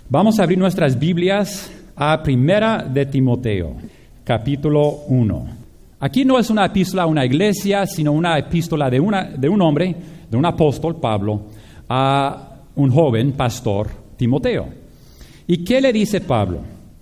Vamos a abrir nuestras Biblias a Primera de Timoteo, capítulo 1. Aquí no es una epístola a una iglesia, sino una epístola de un hombre, de un apóstol, Pablo, a un joven pastor, Timoteo. ¿Y qué le dice Pablo?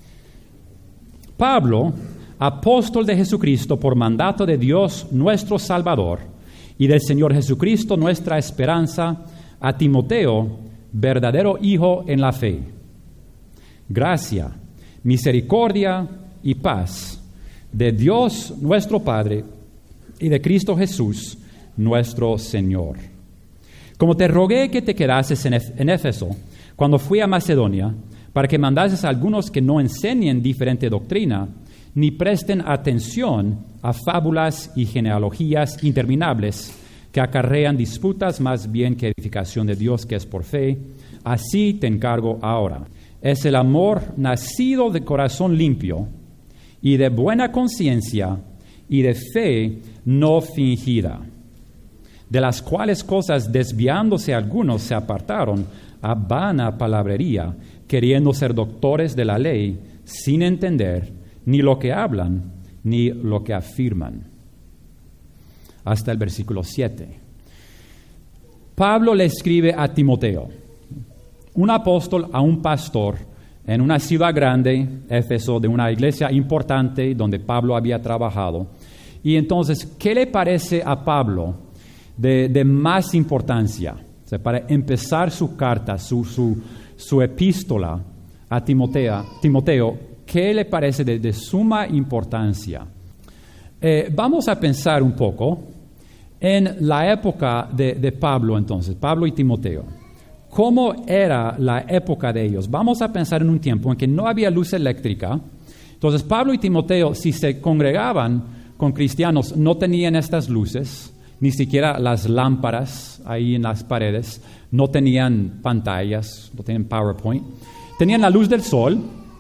Pablo, apóstol de Jesucristo por mandato de Dios nuestro Salvador y del Señor Jesucristo nuestra esperanza, a Timoteo, verdadero hijo en la fe. Gracia, misericordia y paz de Dios nuestro Padre y de Cristo Jesús nuestro Señor. Como te rogué que te quedases en Éfeso cuando fui a Macedonia, para que mandases a algunos que no enseñen diferente doctrina, ni presten atención a fábulas y genealogías interminables que acarrean disputas más bien que edificación de Dios que es por fe, así te encargo ahora. Es el amor nacido de corazón limpio y de buena conciencia y de fe no fingida, de las cuales cosas desviándose algunos se apartaron a vana palabrería, queriendo ser doctores de la ley, sin entender ni lo que hablan ni lo que afirman. Hasta el versículo 7. Pablo le escribe a Timoteo, un apóstol a un pastor en una ciudad grande, Éfeso, de una iglesia importante donde Pablo había trabajado. Y entonces, ¿qué le parece a Pablo de más importancia? O sea, para empezar su carta, su epístola a Timoteo, ¿qué le parece de suma importancia? Vamos a pensar un poco en la época de Pablo entonces, Pablo y Timoteo. ¿Cómo era la época de ellos? Vamos a pensar en un tiempo en que no había luz eléctrica. Entonces Pablo y Timoteo, si se congregaban con cristianos, no tenían estas luces, ni siquiera las lámparas ahí en las paredes, no tenían pantallas, no tenían PowerPoint. Tenían la luz del sol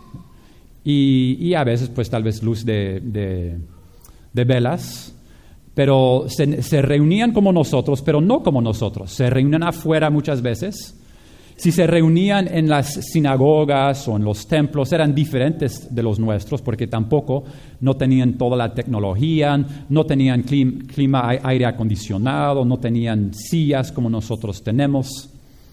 y a veces pues tal vez luz de velas, pero se reunían como nosotros, pero no como nosotros. Se reunían afuera muchas veces. Si se reunían en las sinagogas o en los templos, eran diferentes de los nuestros, porque tampoco no tenían toda la tecnología, no tenían clima, aire acondicionado, no tenían sillas como nosotros tenemos,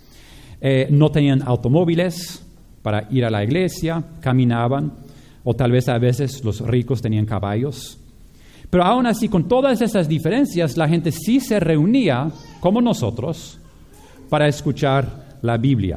no tenían automóviles para ir a la iglesia, caminaban, o tal vez a veces los ricos tenían caballos. Pero aún así, con todas esas diferencias, la gente sí se reunía, como nosotros, para escuchar la Biblia.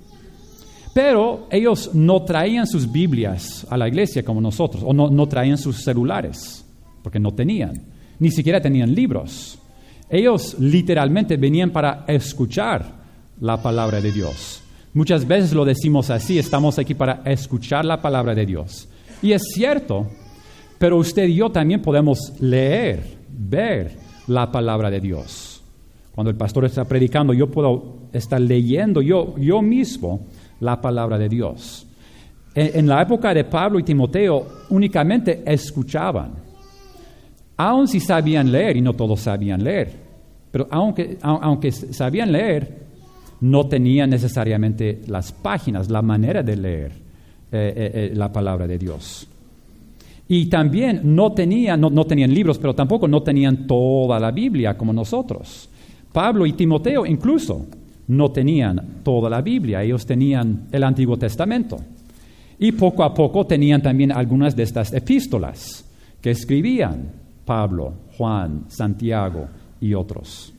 Pero ellos no traían sus Biblias a la iglesia como nosotros, o no traían sus celulares, porque no tenían, ni siquiera tenían libros. Ellos literalmente venían para escuchar la palabra de Dios. Muchas veces lo decimos así, estamos aquí para escuchar la palabra de Dios. Y es cierto, pero usted y yo también podemos leer, ver la palabra de Dios. Cuando el pastor está predicando, yo puedo estar leyendo yo mismo la palabra de Dios. En la época de Pablo y Timoteo, únicamente escuchaban. Aun si sabían leer, y no todos sabían leer, pero aunque sabían leer, no tenían necesariamente las páginas, la manera de leer la palabra de Dios. Y también no tenían libros, pero tampoco no tenían toda la Biblia como nosotros. Pablo y Timoteo incluso no tenían toda la Biblia, ellos tenían el Antiguo Testamento. Y poco a poco tenían también algunas de estas epístolas que escribían Pablo, Juan, Santiago y otros.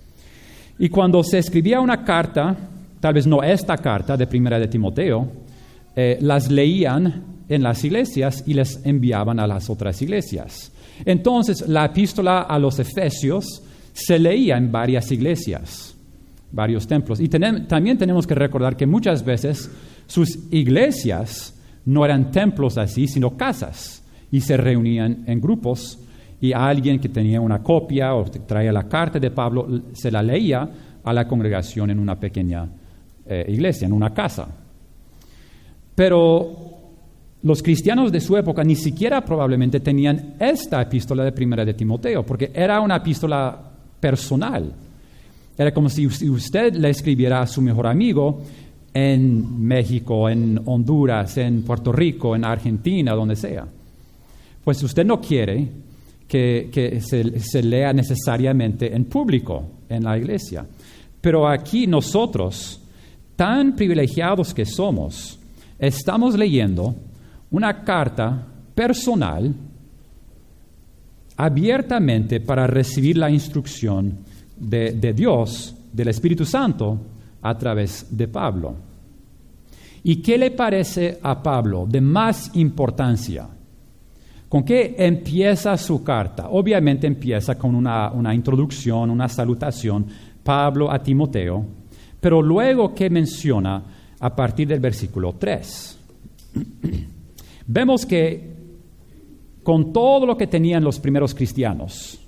Y cuando se escribía una carta, tal vez no esta carta de Primera de Timoteo, las leían en las iglesias y les enviaban a las otras iglesias. Entonces, la epístola a los Efesios se leía en varias iglesias, varios templos. Y también tenemos que recordar que muchas veces sus iglesias no eran templos así, sino casas. Y se reunían en grupos y alguien que tenía una copia o traía la carta de Pablo, se la leía a la congregación en una pequeña iglesia, en una casa. Pero los cristianos de su época ni siquiera probablemente tenían esta epístola de Primera de Timoteo, porque era una epístola personal. Era como si usted le escribiera a su mejor amigo en México, en Honduras, en Puerto Rico, en Argentina, donde sea. Pues usted no quiere que se lea necesariamente en público en la iglesia. Pero aquí nosotros, tan privilegiados que somos, estamos leyendo una carta personal abiertamente para recibir la instrucción de Dios, del Espíritu Santo, a través de Pablo. ¿Y qué le parece a Pablo de más importancia? ¿Con qué empieza su carta? Obviamente empieza con una introducción, una salutación, Pablo a Timoteo, pero luego que menciona a partir del versículo 3. Vemos que con todo lo que tenían los primeros cristianos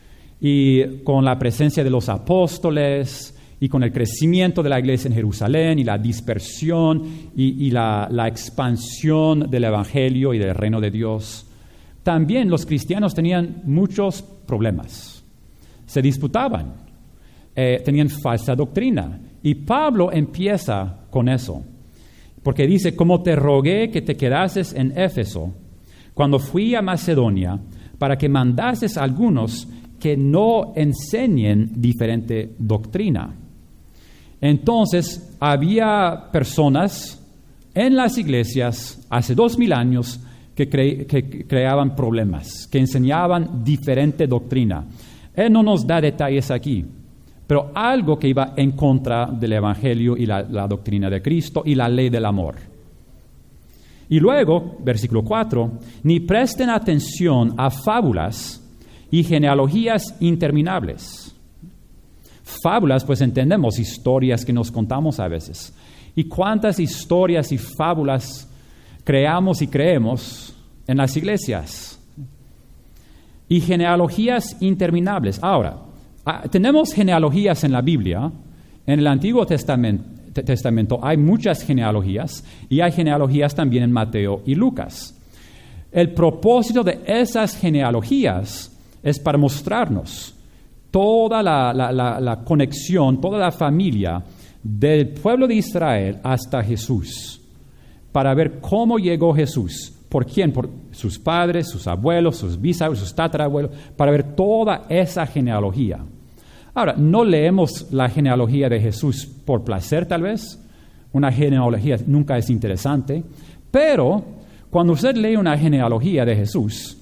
y con la presencia de los apóstoles y con el crecimiento de la iglesia en Jerusalén y la dispersión y la expansión del evangelio y del reino de Dios, también los cristianos tenían muchos problemas. Se disputaban, tenían falsa doctrina. Y Pablo empieza con eso, porque dice, como te rogué que te quedases en Éfeso, cuando fui a Macedonia, para que mandases a algunos que no enseñen diferente doctrina. Entonces, había personas en las iglesias hace 2000 años que creaban problemas, que enseñaban diferente doctrina. Él no nos da detalles aquí, pero algo que iba en contra del Evangelio y la doctrina de Cristo y la ley del amor. Y luego, versículo 4, ni presten atención a fábulas y genealogías interminables. Fábulas, pues entendemos, historias que nos contamos a veces. ¿Y cuántas historias y fábulas creamos y creemos en las iglesias? Y genealogías interminables. Ahora, tenemos genealogías en la Biblia. En el Antiguo Testamento hay muchas genealogías y hay genealogías también en Mateo y Lucas. El propósito de esas genealogías es para mostrarnos toda la conexión, toda la familia del pueblo de Israel hasta Jesús, para ver cómo llegó Jesús. ¿Por quién? Por sus padres, sus abuelos, sus bisabuelos, sus tatarabuelos, para ver toda esa genealogía. Ahora, no leemos la genealogía de Jesús por placer, tal vez. Una genealogía nunca es interesante. Pero cuando usted lee una genealogía de Jesús,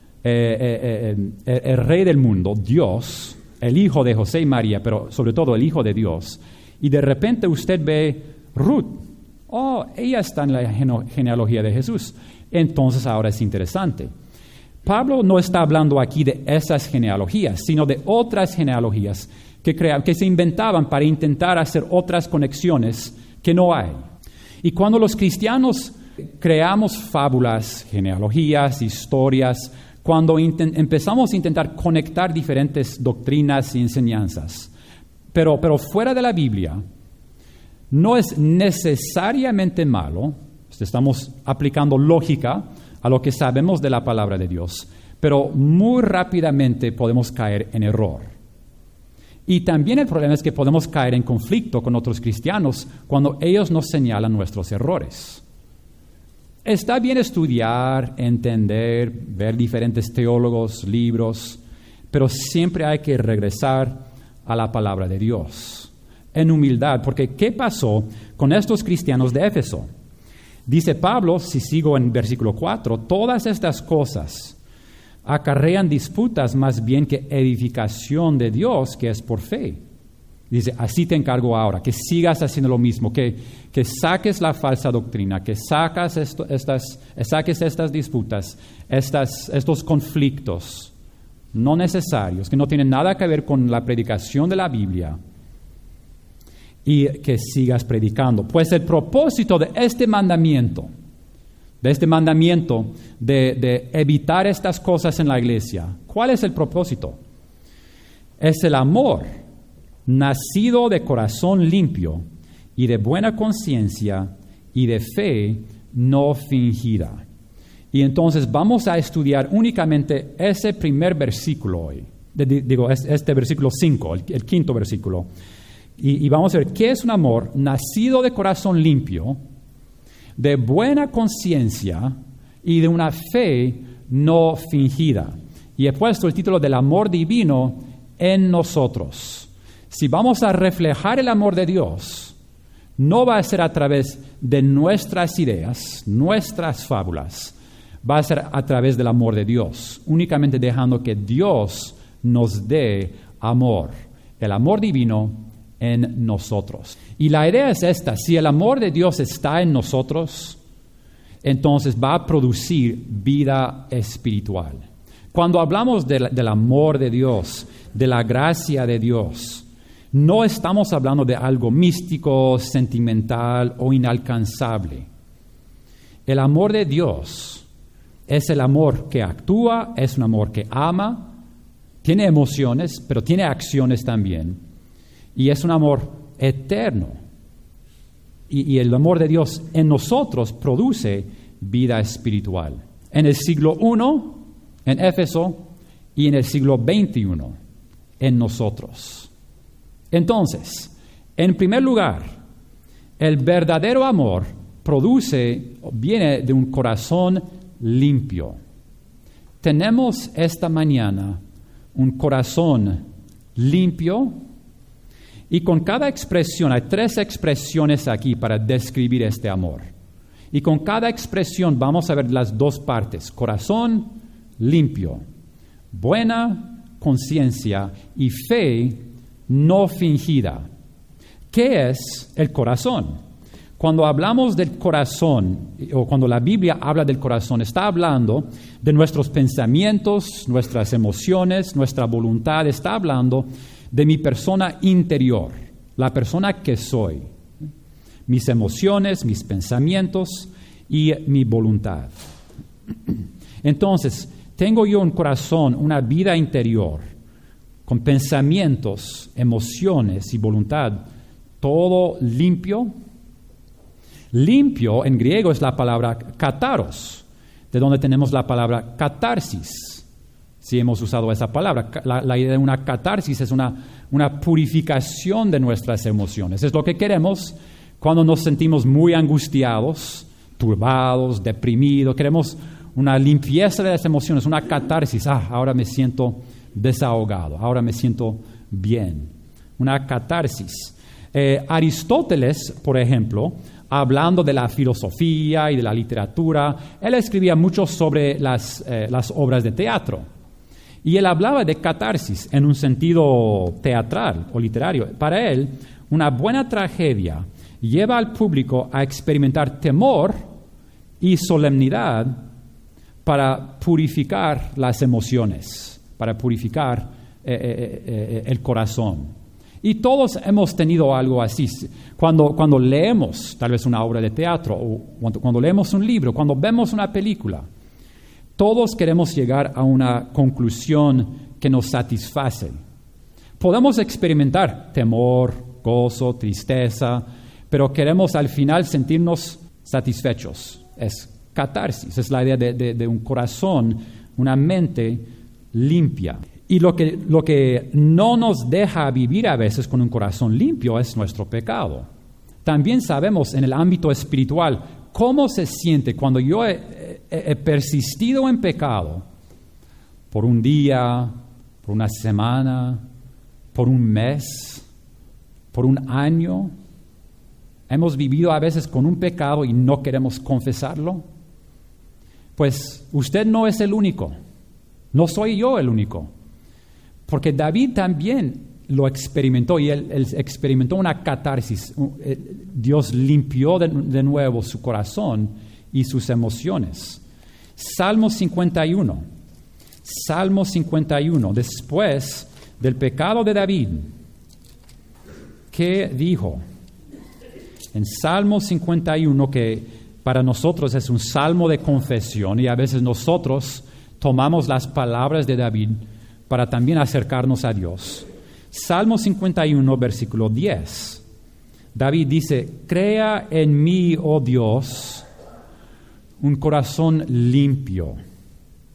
el rey del mundo, Dios, el hijo de José y María, pero sobre todo el hijo de Dios, y de repente usted ve Ruth. Oh, ella está en la genealogía de Jesús. Entonces ahora es interesante. Pablo no está hablando aquí de esas genealogías, sino de otras genealogías que se inventaban para intentar hacer otras conexiones que no hay. Y cuando los cristianos creamos fábulas, genealogías, historias, cuando empezamos a intentar conectar diferentes doctrinas y enseñanzas, pero fuera de la Biblia, no es necesariamente malo. Estamos aplicando lógica a lo que sabemos de la palabra de Dios, pero muy rápidamente podemos caer en error. Y también el problema es que podemos caer en conflicto con otros cristianos cuando ellos nos señalan nuestros errores. Está bien estudiar, entender, ver diferentes teólogos, libros, pero siempre hay que regresar a la palabra de Dios en humildad, porque ¿qué pasó con estos cristianos de Éfeso? Dice Pablo, si sigo en versículo 4, todas estas cosas acarrean disputas más bien que edificación de Dios, que es por fe. Dice, así te encargo ahora, que sigas haciendo lo mismo, que saques la falsa doctrina, que saques estas disputas, estos conflictos no necesarios, que no tienen nada que ver con la predicación de la Biblia, y que sigas predicando. Pues el propósito de este mandamiento de evitar estas cosas en la iglesia, ¿cuál es el propósito? Es el amor nacido de corazón limpio y de buena conciencia y de fe no fingida. Y entonces vamos a estudiar únicamente ese primer versículo hoy. Este versículo 5, el quinto versículo, Y vamos a ver qué es un amor nacido de corazón limpio, de buena conciencia y de una fe no fingida. Y he puesto el título del amor divino en nosotros. Si vamos a reflejar el amor de Dios, no va a ser a través de nuestras ideas, nuestras fábulas, va a ser a través del amor de Dios, únicamente dejando que Dios nos dé amor, el amor divino en nosotros. Y la idea es esta: si el amor de Dios está en nosotros, entonces va a producir vida espiritual. Cuando hablamos del amor de Dios, de la gracia de Dios, no estamos hablando de algo místico, sentimental o inalcanzable. El amor de Dios es el amor que actúa, es un amor que ama, tiene emociones, pero tiene acciones también. Y es un amor eterno. Y el amor de Dios en nosotros produce vida espiritual. En el siglo I, en Éfeso, y en el siglo XXI, en nosotros. Entonces, en primer lugar, el verdadero amor viene de un corazón limpio. Tenemos esta mañana un corazón limpio, y con cada expresión, hay 3 expresiones aquí para describir este amor. Y con cada expresión vamos a ver las 2 partes: corazón limpio, buena conciencia y fe no fingida. ¿Qué es el corazón? Cuando hablamos del corazón, o cuando la Biblia habla del corazón, está hablando de nuestros pensamientos, nuestras emociones, nuestra voluntad. Está hablando de mi persona interior, la persona que soy, mis emociones, mis pensamientos y mi voluntad. Entonces, tengo yo un corazón, una vida interior, con pensamientos, emociones y voluntad, todo limpio. Limpio en griego es la palabra kataros, de donde tenemos la palabra catarsis. Si hemos usado esa palabra, la idea de una catarsis es una purificación de nuestras emociones. Es lo que queremos cuando nos sentimos muy angustiados, turbados, deprimidos. Queremos una limpieza de las emociones, una catarsis. Ahora me siento desahogado, ahora me siento bien. Una catarsis. Aristóteles, por ejemplo, hablando de la filosofía y de la literatura, él escribía mucho sobre las obras de teatro. Y él hablaba de catarsis en un sentido teatral o literario. Para él, una buena tragedia lleva al público a experimentar temor y solemnidad para purificar las emociones, para purificar el corazón. Y todos hemos tenido algo así. Cuando leemos tal vez una obra de teatro, o cuando leemos un libro, cuando vemos una película, todos queremos llegar a una conclusión que nos satisface. Podemos experimentar temor, gozo, tristeza, pero queremos al final sentirnos satisfechos. Es catarsis, es la idea de un corazón, una mente limpia. Y lo que no nos deja vivir a veces con un corazón limpio es nuestro pecado. También sabemos en el ámbito espiritual cómo se siente cuando yo he persistido en pecado por un día, por una semana, por un mes, por un año. Hemos vivido a veces con un pecado y no queremos confesarlo. Pues usted no es el único, no soy yo el único. Porque David también lo experimentó y él experimentó una catarsis. Dios limpió de nuevo su corazón y sus emociones. Salmo 51. Salmo 51. Después del pecado de David, ¿qué dijo? En Salmo 51, que para nosotros es un salmo de confesión, y a veces nosotros tomamos las palabras de David para también acercarnos a Dios. Salmo 51, versículo 10. David dice: crea en mí, oh Dios, un corazón limpio.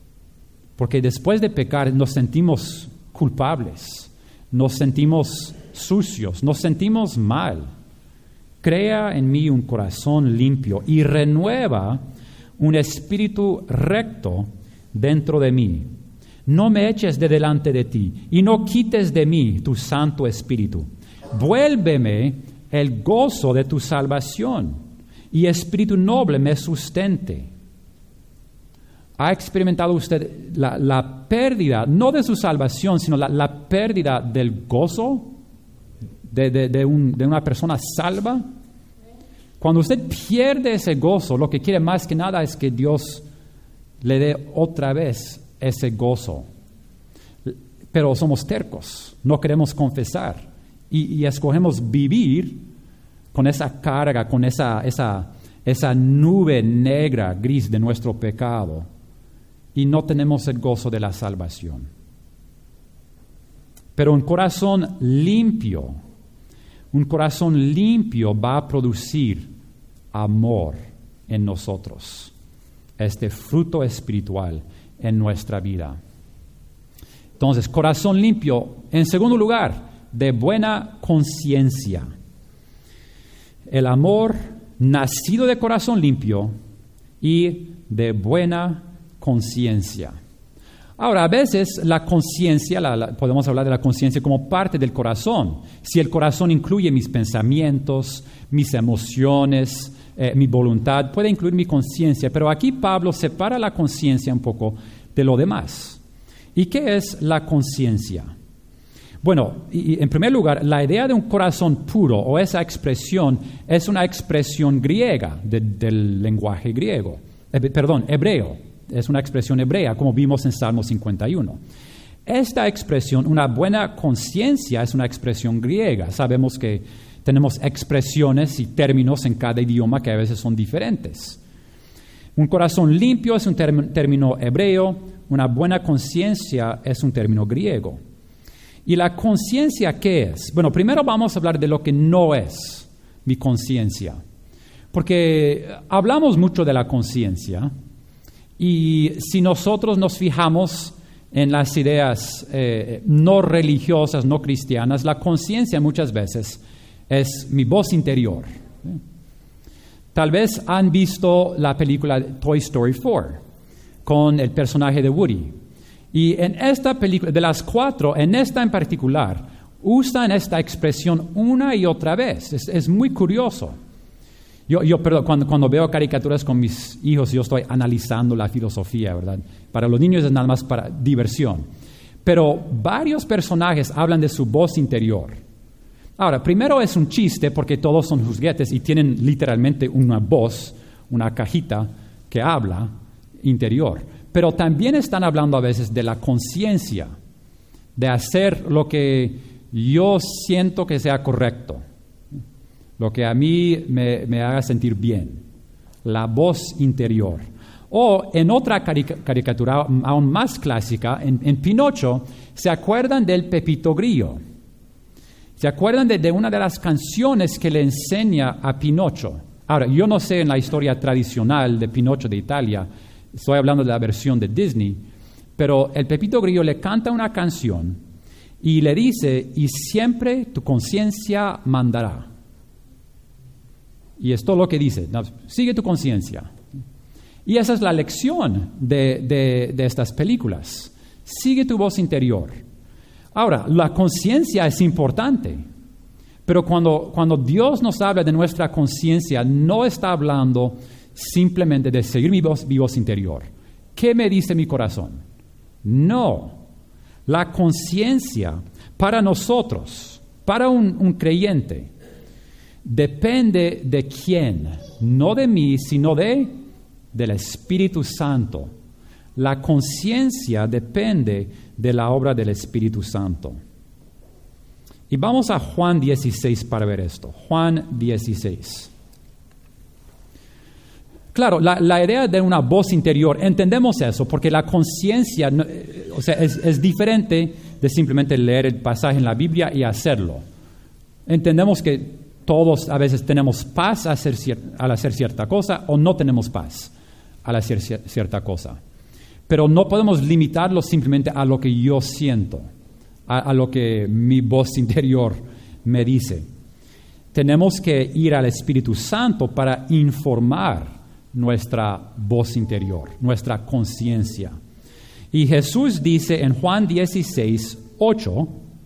Porque después de pecar nos sentimos culpables, nos sentimos sucios, nos sentimos mal. Crea en mí un corazón limpio y renueva un espíritu recto dentro de mí. No me eches de delante de ti y no quites de mí tu Santo Espíritu. Vuélveme el gozo de tu salvación y espíritu noble me sustente. ¿Ha experimentado usted la pérdida, no de su salvación, sino la pérdida del gozo de una persona salva? Cuando usted pierde ese gozo, lo que quiere más que nada es que Dios le dé otra vez ese gozo. Pero somos tercos, no queremos confesar y escogemos vivir con esa carga, con esa nube negra, gris de nuestro pecado y no tenemos el gozo de la salvación. Pero un corazón limpio va a producir amor en nosotros, este fruto espiritual en nuestra vida. Entonces, corazón limpio. En segundo lugar, de buena conciencia. El amor nacido de corazón limpio y de buena conciencia. Ahora, a veces la conciencia, podemos hablar de la conciencia como parte del corazón. Si el corazón incluye mis pensamientos, mis emociones, mi voluntad, puede incluir mi conciencia. Pero aquí Pablo separa la conciencia un poco de lo demás. ¿Y qué es la conciencia? Bueno, en primer lugar, la idea de un corazón puro o esa expresión es una expresión griega del lenguaje griego, hebreo. Es una expresión hebrea, como vimos en Salmo 51. Esta expresión, una buena conciencia, es una expresión griega. Sabemos que tenemos expresiones y términos en cada idioma que a veces son diferentes. Un corazón limpio es un término hebreo, una buena conciencia es un término griego. ¿Y la conciencia qué es? Bueno, primero vamos a hablar de lo que no es mi conciencia. Porque hablamos mucho de la conciencia y si nosotros nos fijamos en las ideas no religiosas, no cristianas, la conciencia muchas veces es mi voz interior. Tal vez han visto la película Toy Story 4 con el personaje de Woody. Y en esta película, de las 4, en esta en particular, usan esta expresión una y otra vez. Es muy curioso. Perdón, cuando veo caricaturas con mis hijos, yo estoy analizando la filosofía, ¿verdad? Para los niños es nada más para diversión. Pero varios personajes hablan de su voz interior. Ahora, primero es un chiste porque todos son juguetes y tienen literalmente una voz, una cajita que habla interior. Pero también están hablando a veces de la conciencia, de hacer lo que yo siento que sea correcto, lo que a mí me haga sentir bien, la voz interior. O en otra caricatura aún más clásica, en Pinocho, ¿se acuerdan del Pepito Grillo? ¿Se acuerdan de una de las canciones que le enseña a Pinocho? Ahora, yo no sé en la historia tradicional de Pinocho de Italia, estoy hablando de la versión de Disney, pero el Pepito Grillo le canta una canción y le dice, y siempre tu conciencia mandará. Y es todo lo que dice, no, sigue tu conciencia. Y esa es la lección de estas películas. Sigue tu voz interior. Ahora, la conciencia es importante, pero cuando Dios nos habla de nuestra conciencia, no está hablando simplemente de seguir mi voz interior. ¿Qué me dice mi corazón? No. La conciencia para nosotros, para un creyente, depende de quién, no de mí, sino del Espíritu Santo. La conciencia depende de la obra del Espíritu Santo. Y vamos a Juan 16 para ver esto. Juan 16. Claro, la idea de una voz interior, entendemos eso, porque la conciencia, es diferente de simplemente leer el pasaje en la Biblia y hacerlo. Entendemos que todos a veces tenemos paz al hacer cierta cosa o no tenemos paz al hacer cierta cosa. Pero no podemos limitarlo simplemente a lo que yo siento, a lo que mi voz interior me dice, tenemos que ir al Espíritu Santo para informar nuestra voz interior, nuestra conciencia. Y Jesús dice en Juan 16:8,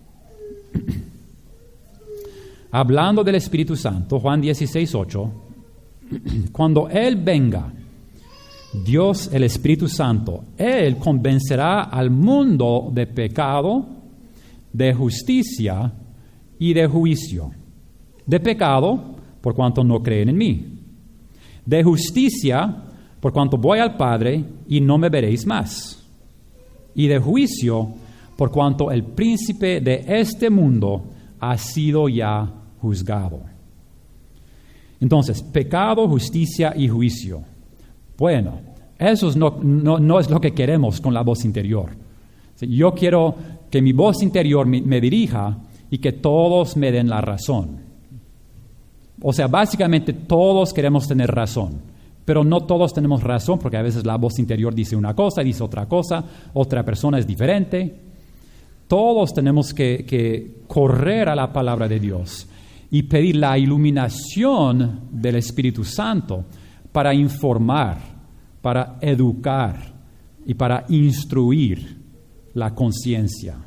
hablando del Espíritu Santo, Juan 16:8, cuando Él venga, Dios, el Espíritu Santo, Él convencerá al mundo de pecado, de justicia y de juicio. De pecado, por cuanto no creen en mí. De justicia, por cuanto voy al Padre y no me veréis más. Y de juicio, por cuanto el príncipe de este mundo ha sido ya juzgado. Entonces, pecado, justicia y juicio. Bueno, eso no es lo que queremos con la voz interior. Yo quiero que mi voz interior me dirija y que todos me den la razón. O sea, básicamente todos queremos tener razón, pero no todos tenemos razón porque a veces la voz interior dice una cosa, dice otra cosa, otra persona es diferente. Todos tenemos que correr a la palabra de Dios y pedir la iluminación del Espíritu Santo para informar, para educar y para instruir la conciencia.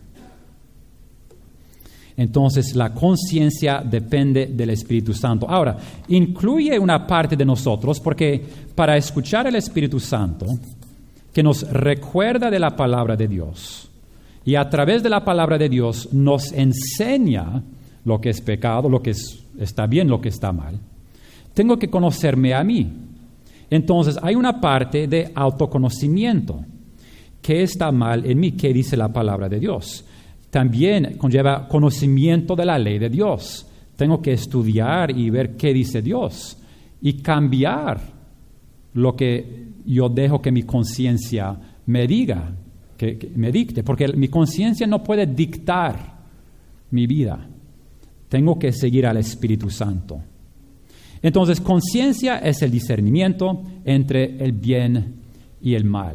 Entonces, la conciencia depende del Espíritu Santo. Ahora, incluye una parte de nosotros, porque para escuchar el Espíritu Santo, que nos recuerda de la palabra de Dios, y a través de la palabra de Dios nos enseña lo que es pecado, lo que está bien, lo que está mal, tengo que conocerme a mí. Entonces, hay una parte de autoconocimiento. ¿Qué está mal en mí? ¿Qué dice la palabra de Dios? También conlleva conocimiento de la ley de Dios. Tengo que estudiar y ver qué dice Dios y cambiar lo que yo dejo que mi conciencia me diga, que me dicte, porque mi conciencia no puede dictar mi vida. Tengo que seguir al Espíritu Santo. Entonces, conciencia es el discernimiento entre el bien y el mal.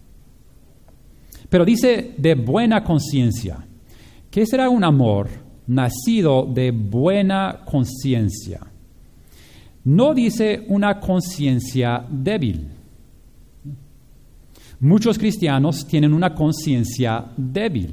Pero dice de buena conciencia. ¿Qué será un amor nacido de buena conciencia? No dice una conciencia débil. Muchos cristianos tienen una conciencia débil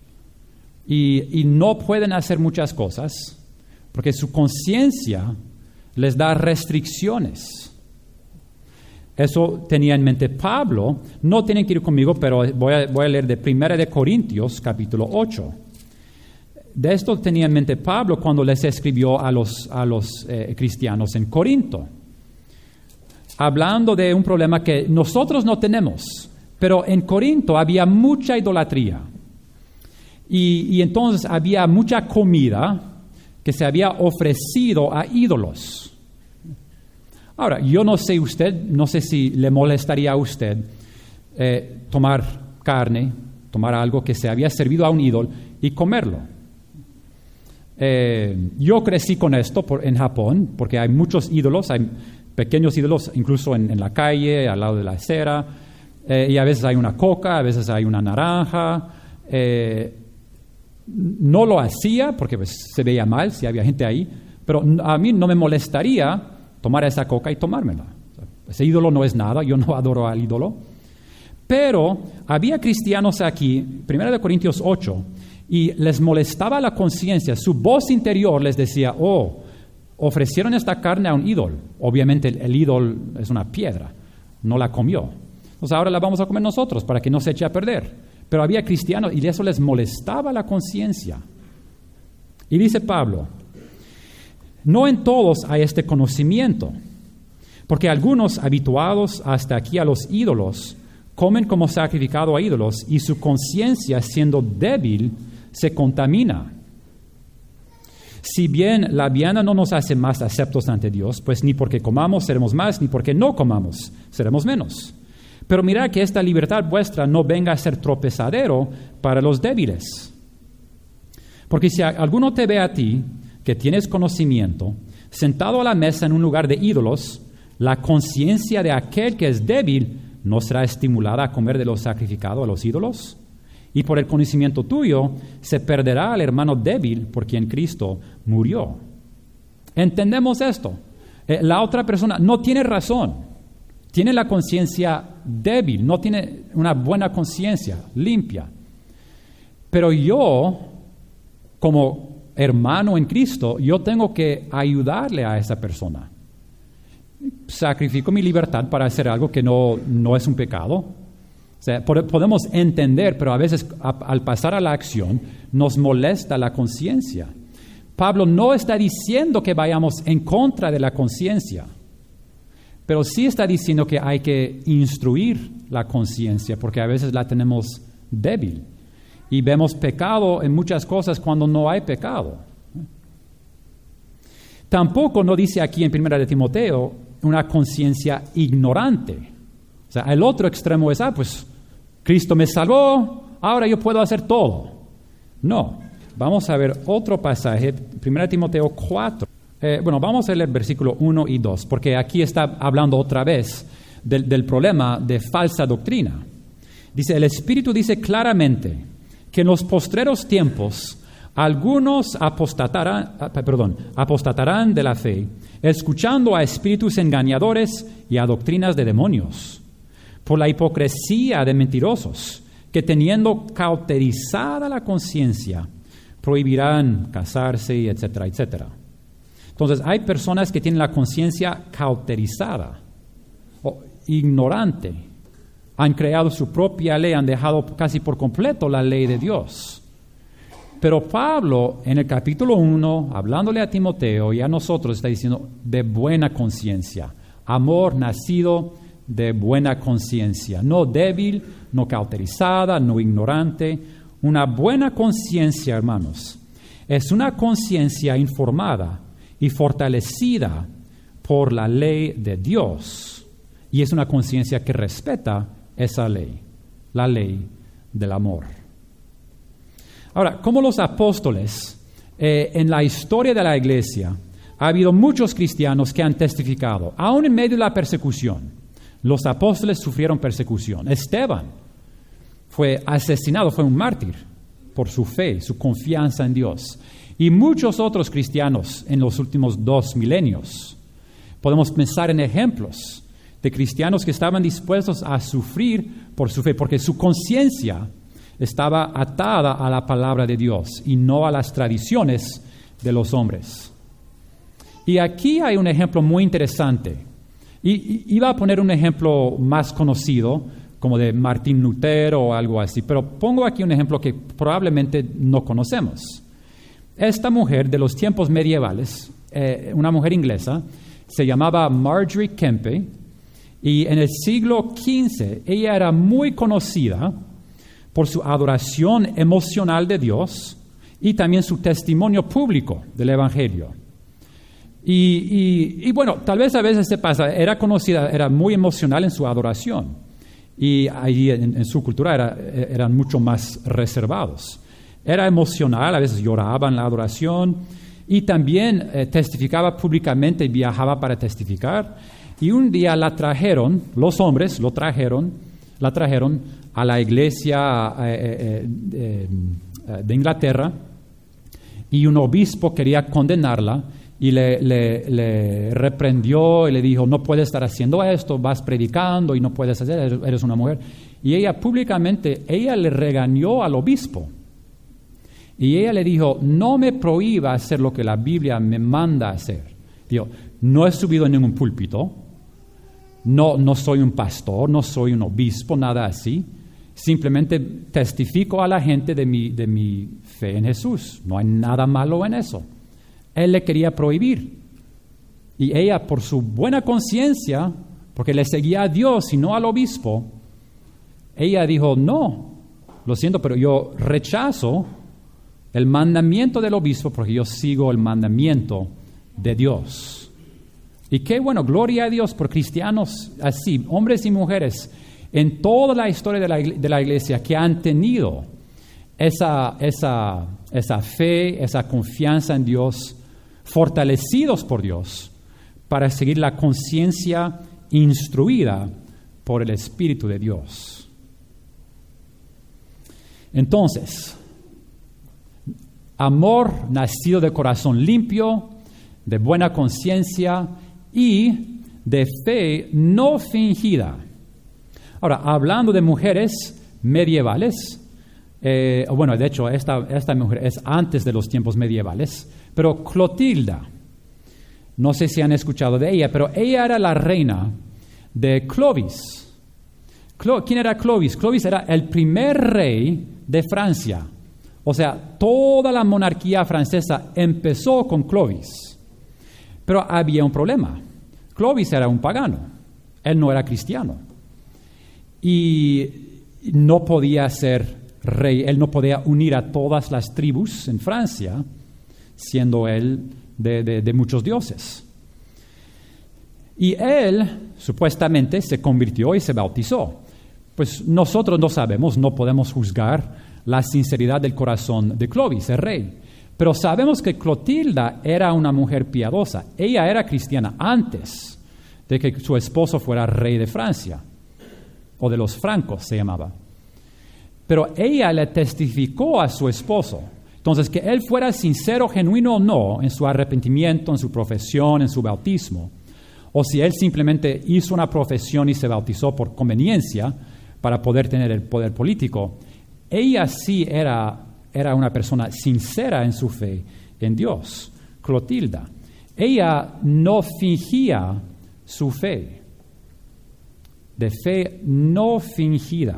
y no pueden hacer muchas cosas porque su conciencia les da restricciones. Eso tenía en mente Pablo. No tienen que ir conmigo, pero voy a leer de 1 Corintios, capítulo 8. De esto tenía en mente Pablo cuando les escribió a los cristianos en Corinto, hablando de un problema que nosotros no tenemos, pero en Corinto había mucha idolatría. Y entonces había mucha comida que se había ofrecido a ídolos. Ahora, yo no sé si le molestaría a usted tomar carne, tomar algo que se había servido a un ídolo y comerlo. Yo crecí con esto en Japón, porque hay muchos ídolos, hay pequeños ídolos incluso en la calle, al lado de la acera, y a veces hay una coca, a veces hay una naranja. No lo hacía porque pues, se veía mal si había gente ahí, pero a mí no me molestaría tomar esa coca y tomármela. Ese ídolo no es nada, yo no adoro al ídolo. Pero había cristianos aquí, 1 Corintios 8, y les molestaba la conciencia, su voz interior les decía, ofrecieron esta carne a un ídolo. Obviamente el ídolo es una piedra, no la comió. Entonces ahora la vamos a comer nosotros para que no se eche a perder. Pero había cristianos y eso les molestaba la conciencia. Y dice Pablo, no en todos hay este conocimiento, porque algunos habituados hasta aquí a los ídolos comen como sacrificado a ídolos y su conciencia, siendo débil, se contamina. Si bien la vianda no nos hace más aceptos ante Dios, pues ni porque comamos seremos más, ni porque no comamos seremos menos. Pero mirad que esta libertad vuestra no venga a ser tropezadero para los débiles. Porque si alguno te ve a ti, que tienes conocimiento, sentado a la mesa en un lugar de ídolos, la conciencia de aquel que es débil no será estimulada a comer de lo sacrificado a los ídolos. Y por el conocimiento tuyo se perderá al hermano débil por quien Cristo murió. ¿Entendemos esto? La otra persona no tiene razón, tiene la conciencia débil, no tiene una buena conciencia, limpia. Pero yo, como hermano en Cristo, yo tengo que ayudarle a esa persona. Sacrifico mi libertad para hacer algo que no es un pecado. O sea, podemos entender, pero a veces al pasar a la acción nos molesta la conciencia. Pablo no está diciendo que vayamos en contra de la conciencia, pero sí está diciendo que hay que instruir la conciencia, porque a veces la tenemos débil y vemos pecado en muchas cosas cuando no hay pecado. Tampoco no dice aquí en 1 de Timoteo una conciencia ignorante. O sea, el otro extremo es, pues Cristo me salvó, ahora yo puedo hacer todo. No. Vamos a ver otro pasaje, 1 Timoteo 4. Vamos a leer versículo 1 y 2, porque aquí está hablando otra vez del problema de falsa doctrina. Dice, el Espíritu dice claramente que en los postreros tiempos algunos apostatarán de la fe, escuchando a espíritus engañadores y a doctrinas de demonios, por la hipocresía de mentirosos, que teniendo cauterizada la conciencia, prohibirán casarse, etcétera, etcétera. Entonces, hay personas que tienen la conciencia cauterizada o ignorante. Han creado su propia ley, han dejado casi por completo la ley de Dios. Pero Pablo, en el capítulo 1, hablándole a Timoteo y a nosotros, está diciendo de buena conciencia. Amor nacido de buena conciencia. No débil, no cauterizada, no ignorante. Una buena conciencia, hermanos, es una conciencia informada y fortalecida por la ley de Dios. Y es una conciencia que respeta esa ley, la ley del amor. Ahora, como los apóstoles, en la historia de la iglesia, ha habido muchos cristianos que han testificado, aún en medio de la persecución. Los apóstoles sufrieron persecución. Esteban fue asesinado, fue un mártir por su fe, su confianza en Dios. Y muchos otros cristianos en los últimos 2 milenios. Podemos pensar en ejemplos de cristianos que estaban dispuestos a sufrir por su fe, porque su conciencia estaba atada a la palabra de Dios y no a las tradiciones de los hombres. Y aquí hay un ejemplo muy interesante. Y iba a poner un ejemplo más conocido, como de Martín Lutero o algo así, pero pongo aquí un ejemplo que probablemente no conocemos. Esta mujer de los tiempos medievales, una mujer inglesa, se llamaba Marjorie Kempe, y en el siglo XV ella era muy conocida por su adoración emocional de Dios y también su testimonio público del Evangelio. Y bueno, tal vez a veces se pasa, era conocida, era muy emocional en su adoración, y allí en su cultura eran mucho más reservados. Era emocional, a veces lloraba en la adoración, y también testificaba públicamente y viajaba para testificar. Y un día la trajeron, los hombres la trajeron a la iglesia de Inglaterra, y un obispo quería condenarla y le reprendió y le dijo, no puedes estar haciendo esto, vas predicando y no puedes hacer, eres una mujer. Y ella públicamente, le regañó al obispo. Y ella le dijo, no me prohíba hacer lo que la Biblia me manda hacer. Dijo, no he subido en ningún púlpito, no soy un pastor, no soy un obispo, nada así. Simplemente testifico a la gente de mi fe en Jesús. No hay nada malo en eso. Él le quería prohibir. Y ella, por su buena conciencia, porque le seguía a Dios y no al obispo, ella dijo, no, lo siento, pero yo rechazo el mandamiento del obispo porque yo sigo el mandamiento de Dios. Y qué bueno, gloria a Dios por cristianos así, hombres y mujeres, en toda la historia de la iglesia que han tenido esa fe, esa confianza en Dios, fortalecidos por Dios, para seguir la conciencia instruida por el Espíritu de Dios. Entonces, amor nacido de corazón limpio, de buena conciencia y de fe no fingida. Ahora, hablando de mujeres medievales, de hecho, esta mujer es antes de los tiempos medievales, pero Clotilda, no sé si han escuchado de ella, pero ella era la reina de Clovis. ¿Quién era Clovis? Clovis era el primer rey de Francia. O sea, toda la monarquía francesa empezó con Clovis. Pero había un problema. Clovis era un pagano. Él no era cristiano. Y no podía ser rey. Él no podía unir a todas las tribus en Francia, siendo él de muchos dioses. Y él, supuestamente, se convirtió y se bautizó. Pues nosotros no sabemos, no podemos juzgar la sinceridad del corazón de Clovis, el rey. Pero sabemos que Clotilda era una mujer piadosa. Ella era cristiana antes de que su esposo fuera rey de Francia, o de los francos se llamaba. Pero ella le testificó a su esposo. Entonces, que él fuera sincero, genuino o no, en su arrepentimiento, en su profesión, en su bautismo, o si él simplemente hizo una profesión y se bautizó por conveniencia para poder tener el poder político, ella sí era una persona sincera en su fe en Dios, Clotilda. Ella no fingía su fe, de fe no fingida.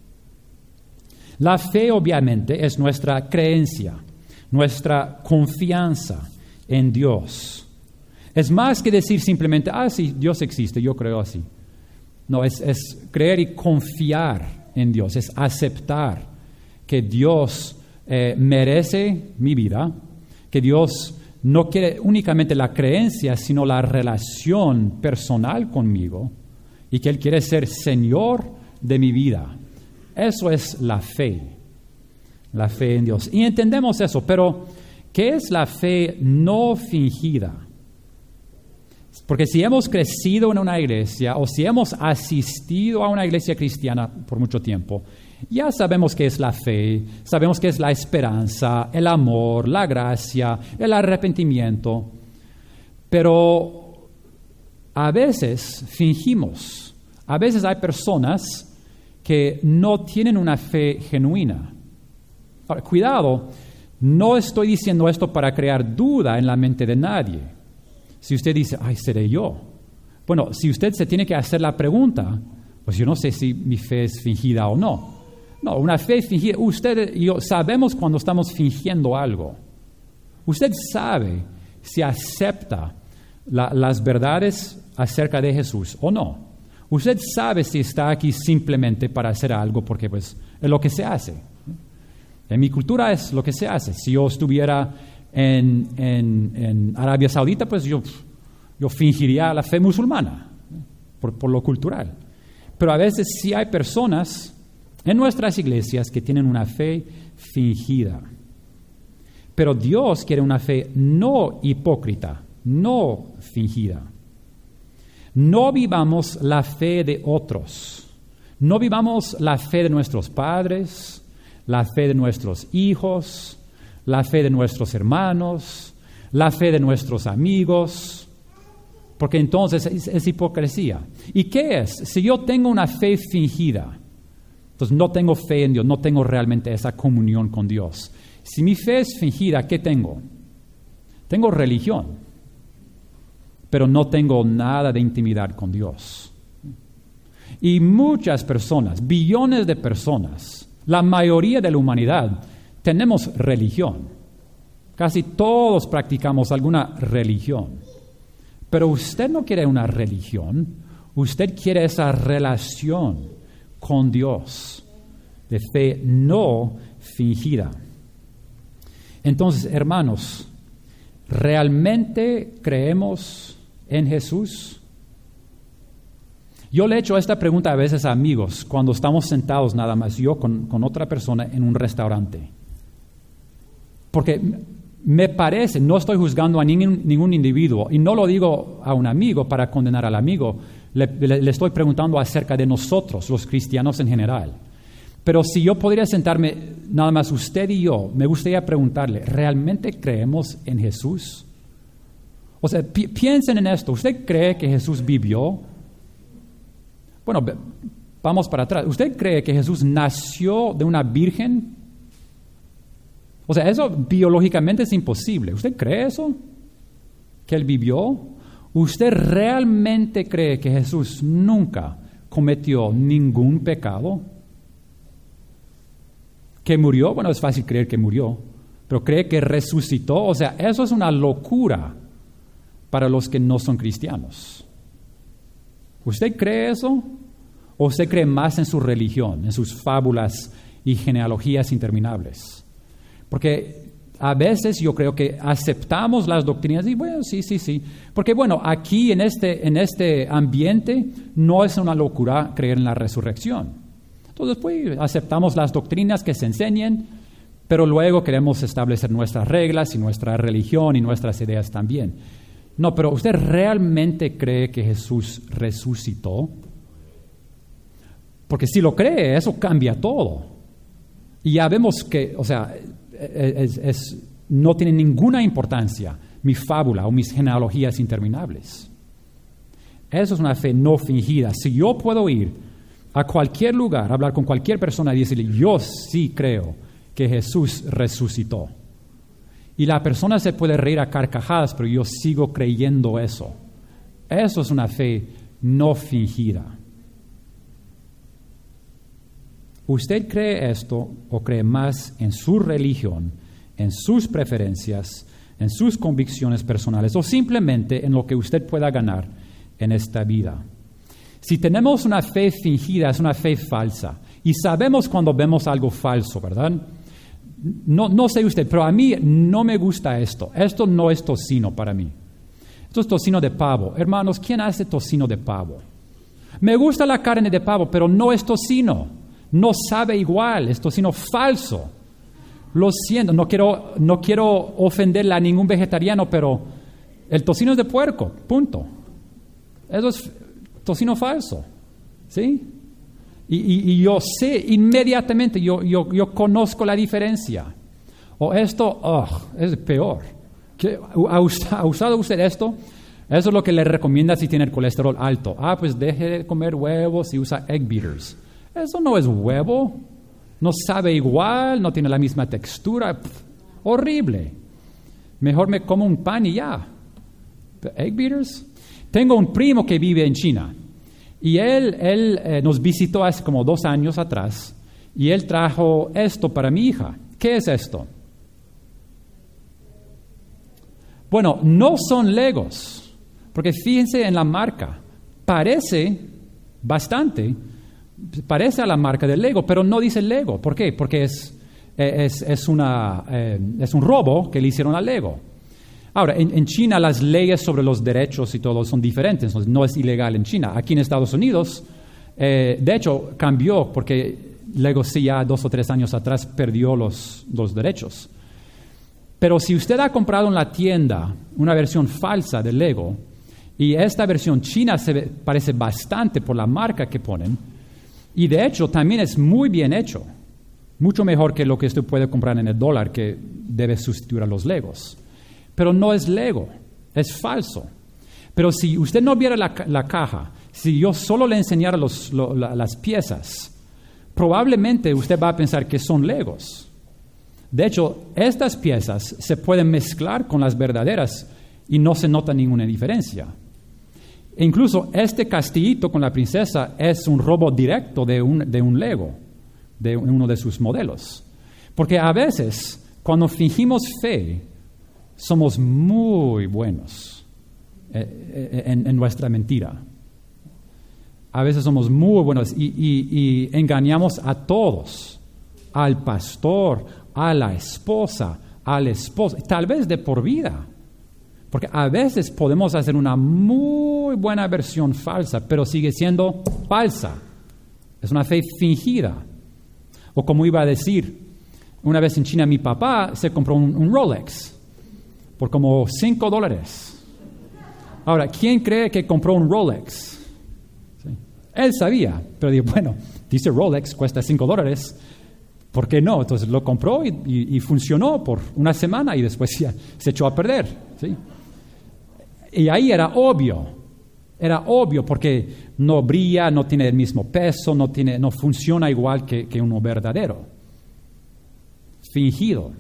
La fe, obviamente, es nuestra creencia, nuestra confianza en Dios. Es más que decir simplemente, sí, Dios existe, yo creo así. No, es creer y confiar en Dios, es aceptar que Dios merece mi vida, que Dios no quiere únicamente la creencia, sino la relación personal conmigo, y que Él quiere ser Señor de mi vida. Eso es la fe en Dios. Y entendemos eso, pero ¿qué es la fe no fingida? Porque si hemos crecido en una iglesia o si hemos asistido a una iglesia cristiana por mucho tiempo, ya sabemos qué es la fe, sabemos qué es la esperanza, el amor, la gracia, el arrepentimiento. Pero a veces fingimos. A veces hay personas que no tienen una fe genuina. Ahora, cuidado, no estoy diciendo esto para crear duda en la mente de nadie. Si usted dice, ¿seré yo? Bueno, si usted se tiene que hacer la pregunta, pues yo no sé si mi fe es fingida o no. No, una fe fingida, usted y yo sabemos cuando estamos fingiendo algo. Usted sabe si acepta las verdades acerca de Jesús o no. Usted sabe si está aquí simplemente para hacer algo porque pues es lo que se hace. En mi cultura es lo que se hace. Si yo estuviera en Arabia Saudita, pues yo fingiría la fe musulmana por lo cultural. Pero a veces sí hay personas en nuestras iglesias que tienen una fe fingida. Pero Dios quiere una fe no hipócrita, no fingida. No vivamos la fe de otros. No vivamos la fe de nuestros padres, la fe de nuestros hijos, la fe de nuestros hermanos, la fe de nuestros amigos, porque entonces es hipocresía. ¿Y qué es? Si yo tengo una fe fingida, entonces no tengo fe en Dios, no tengo realmente esa comunión con Dios. Si mi fe es fingida, ¿qué tengo? Tengo religión, pero no tengo nada de intimidad con Dios. Y muchas personas, billones de personas, la mayoría de la humanidad, tenemos religión. Casi todos practicamos alguna religión. Pero usted no quiere una religión, usted quiere esa relación con Dios, de fe no fingida. Entonces, hermanos, ¿realmente creemos en Jesús? Yo le he hecho esta pregunta a veces a amigos cuando estamos sentados nada más, yo con otra persona en un restaurante. Porque me parece, no estoy juzgando a ningún individuo, y no lo digo a un amigo para condenar al amigo, le estoy preguntando acerca de nosotros, los cristianos en general. Pero si yo podría sentarme, nada más usted y yo, me gustaría preguntarle, ¿realmente creemos en Jesús? O sea, piensen en esto. ¿Usted cree que Jesús vivió? Bueno, vamos para atrás. ¿Usted cree que Jesús nació de una virgen? O sea, eso biológicamente es imposible. ¿Usted cree eso? ¿Que Él vivió? ¿Usted realmente cree que Jesús nunca cometió ningún pecado? ¿Que murió? Bueno, es fácil creer que murió. Pero ¿cree que resucitó? O sea, eso es una locura para los que no son cristianos. ¿Usted cree eso? ¿O usted cree más en su religión, en sus fábulas y genealogías interminables? Porque a veces yo creo que aceptamos las doctrinas y bueno, sí. Porque bueno, aquí en este ambiente no es una locura creer en la resurrección. Entonces pues aceptamos las doctrinas que se enseñan, pero luego queremos establecer nuestras reglas y nuestra religión y nuestras ideas también. No, pero ¿usted realmente cree que Jesús resucitó? Porque si lo cree, eso cambia todo. Y ya vemos que, o sea, no tiene ninguna importancia mi fábula o mis genealogías interminables. Eso es una fe no fingida. Si yo puedo ir a cualquier lugar, hablar con cualquier persona y decirle, yo sí creo que Jesús resucitó. Y la persona se puede reír a carcajadas, pero yo sigo creyendo eso. Eso es una fe no fingida. ¿Usted cree esto o cree más en su religión, en sus preferencias, en sus convicciones personales o simplemente en lo que usted pueda ganar en esta vida? Si tenemos una fe fingida, es una fe falsa. Y sabemos cuando vemos algo falso, ¿verdad? No sé usted, pero a mí no me gusta esto. Esto no es tocino para mí. Esto es tocino de pavo. Hermanos, ¿quién hace tocino de pavo? Me gusta la carne de pavo, pero no es tocino. No sabe igual, es tocino falso. Lo siento, no quiero ofenderle a ningún vegetariano, pero el tocino es de puerco, punto. Eso es tocino falso, ¿sí? Y yo sé inmediatamente, yo conozco la diferencia. O esto, es peor. ¿Ha usado usted esto? Eso es lo que le recomienda si tiene el colesterol alto. Pues deje de comer huevos y usa egg beaters. Eso no es huevo. No sabe igual, no tiene la misma textura. Horrible. Mejor me como un pan y ya. Egg beaters. Tengo un primo que vive en China. Y él nos visitó hace como 2 años atrás y él trajo esto para mi hija. ¿Qué es esto? Bueno, no son Legos, porque fíjense en la marca. Parece a la marca de Lego, pero no dice Lego. ¿Por qué? Porque es un robo que le hicieron a Lego. Ahora, en China las leyes sobre los derechos y todo son diferentes, no es ilegal en China. Aquí en Estados Unidos, de hecho, cambió porque Lego sí ya 2 o 3 años atrás perdió los derechos. Pero si usted ha comprado en la tienda una versión falsa de Lego y esta versión china parece bastante por la marca que ponen, y de hecho también es muy bien hecho, mucho mejor que lo que usted puede comprar en el dólar que debe sustituir a los Legos. Pero no es Lego, es falso. Pero si usted no viera la caja, si yo solo le enseñara las piezas, probablemente usted va a pensar que son Legos. De hecho, estas piezas se pueden mezclar con las verdaderas y no se nota ninguna diferencia. E incluso este castillito con la princesa es un robo directo de un Lego, de uno de sus modelos. Porque a veces, cuando fingimos fe, somos muy buenos en nuestra mentira. A veces somos muy buenos y engañamos a todos, al pastor, a la esposa, al esposo, tal vez de por vida. Porque a veces podemos hacer una muy buena versión falsa, pero sigue siendo falsa. Es una fe fingida. O como iba a decir, una vez en China mi papá se compró un Rolex por como $5. Ahora, ¿quién cree que compró un Rolex? ¿Sí? Él sabía, pero dijo, bueno, dice Rolex, cuesta $5. ¿Por qué no? Entonces lo compró y funcionó por una semana y después ya se echó a perder, ¿sí? Y ahí era obvio porque no brilla, no tiene el mismo peso, no funciona igual que uno verdadero, fingido.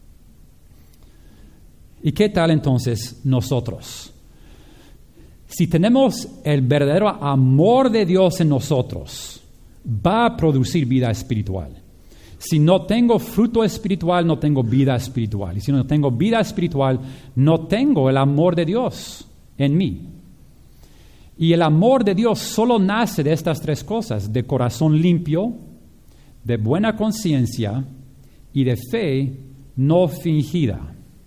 ¿Y qué tal entonces nosotros? Si tenemos el verdadero amor de Dios en nosotros, va a producir vida espiritual. Si no tengo fruto espiritual, no tengo vida espiritual. Y si no tengo vida espiritual, no tengo el amor de Dios en mí. Y el amor de Dios solo nace de estas tres cosas: de corazón limpio, de buena conciencia y de fe no fingida.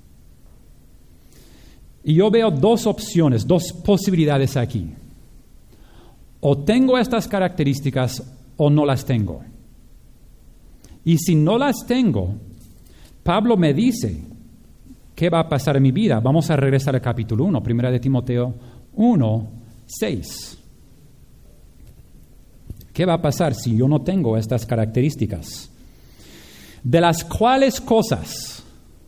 Y yo veo dos opciones, dos posibilidades aquí. O tengo estas características o no las tengo. Y si no las tengo, Pablo me dice qué va a pasar en mi vida. Vamos a regresar al capítulo 1, 1 de Timoteo 1, 6. ¿Qué va a pasar si yo no tengo estas características? De las cuales cosas,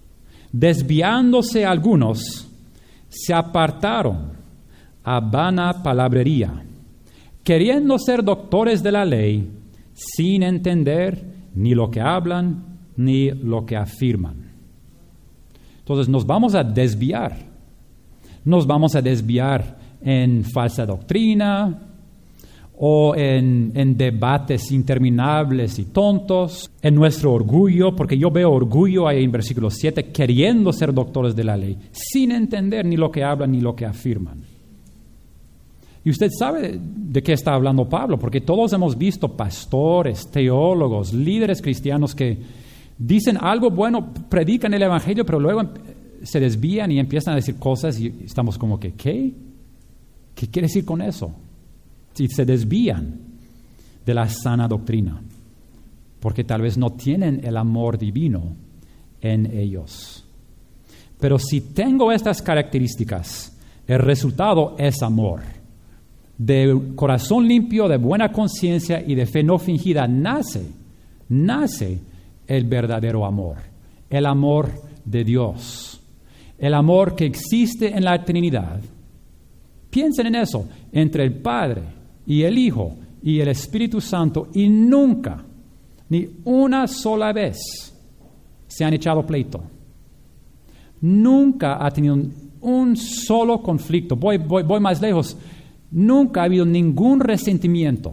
desviándose algunos, se apartaron a vana palabrería, queriendo ser doctores de la ley, sin entender ni lo que hablan, ni lo que afirman. Entonces nos vamos a desviar. Nos vamos a desviar en falsa doctrina o en debates interminables y tontos, en nuestro orgullo, porque yo veo orgullo ahí en versículo 7, queriendo ser doctores de la ley, sin entender ni lo que hablan ni lo que afirman. Y usted sabe de qué está hablando Pablo, porque todos hemos visto pastores, teólogos, líderes cristianos que dicen algo bueno, predican el evangelio, pero luego se desvían y empiezan a decir cosas y estamos como que, ¿qué? ¿Qué quiere decir con eso? Si se desvían de la sana doctrina, porque tal vez no tienen el amor divino en ellos. Pero si tengo estas características, el resultado es amor. De corazón limpio, de buena conciencia y de fe no fingida nace el verdadero amor, el amor de Dios, el amor que existe en la Trinidad. Piensen en eso, entre el Padre y el Hijo y el Espíritu Santo, y nunca, ni una sola vez, se han echado pleito. Nunca ha tenido un solo conflicto. Voy más lejos. Nunca ha habido ningún resentimiento.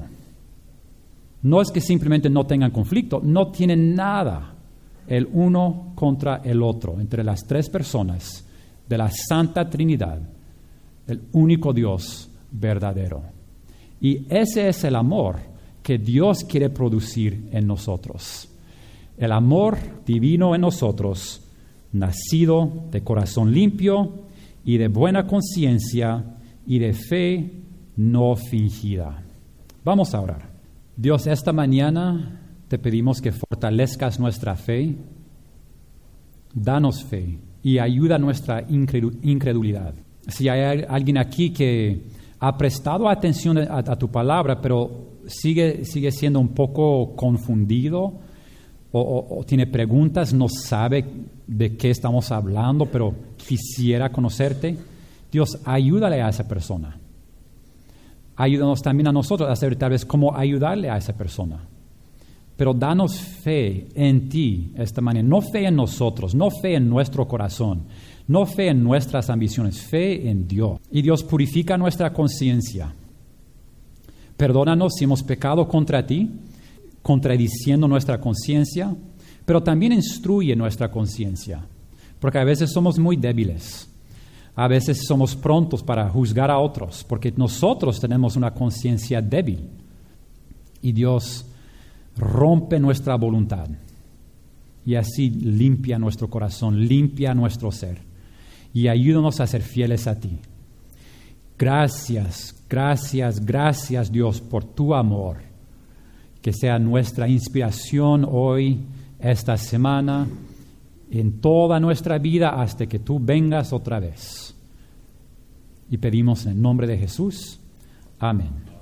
No es que simplemente no tengan conflicto, no tienen nada el uno contra el otro, entre las tres personas de la Santa Trinidad, el único Dios verdadero. Y ese es el amor que Dios quiere producir en nosotros. El amor divino en nosotros, nacido de corazón limpio y de buena conciencia y de fe no fingida. Vamos a orar. Dios, esta mañana te pedimos que fortalezcas nuestra fe, danos fe y ayuda nuestra incredulidad. Si hay alguien aquí que ha prestado atención a tu palabra, pero sigue siendo un poco confundido o tiene preguntas, no sabe de qué estamos hablando, pero quisiera conocerte, Dios, ayúdale a esa persona. Ayúdanos también a nosotros a saber tal vez cómo ayudarle a esa persona. Pero danos fe en ti esta mañana. No fe en nosotros, no fe en nuestro corazón, no fe en nuestras ambiciones, fe en Dios. Y Dios, purifica nuestra conciencia. Perdónanos si hemos pecado contra ti, contradiciendo nuestra conciencia, pero también instruye nuestra conciencia, porque a veces somos muy débiles. A veces somos prontos para juzgar a otros, porque nosotros tenemos una conciencia débil. Y Dios rompe nuestra voluntad y así limpia nuestro corazón, limpia nuestro ser y ayúdanos a ser fieles a ti. Gracias, gracias, gracias Dios por tu amor. Que sea nuestra inspiración hoy, esta semana, en toda nuestra vida hasta que tú vengas otra vez. Y pedimos en el nombre de Jesús. Amén.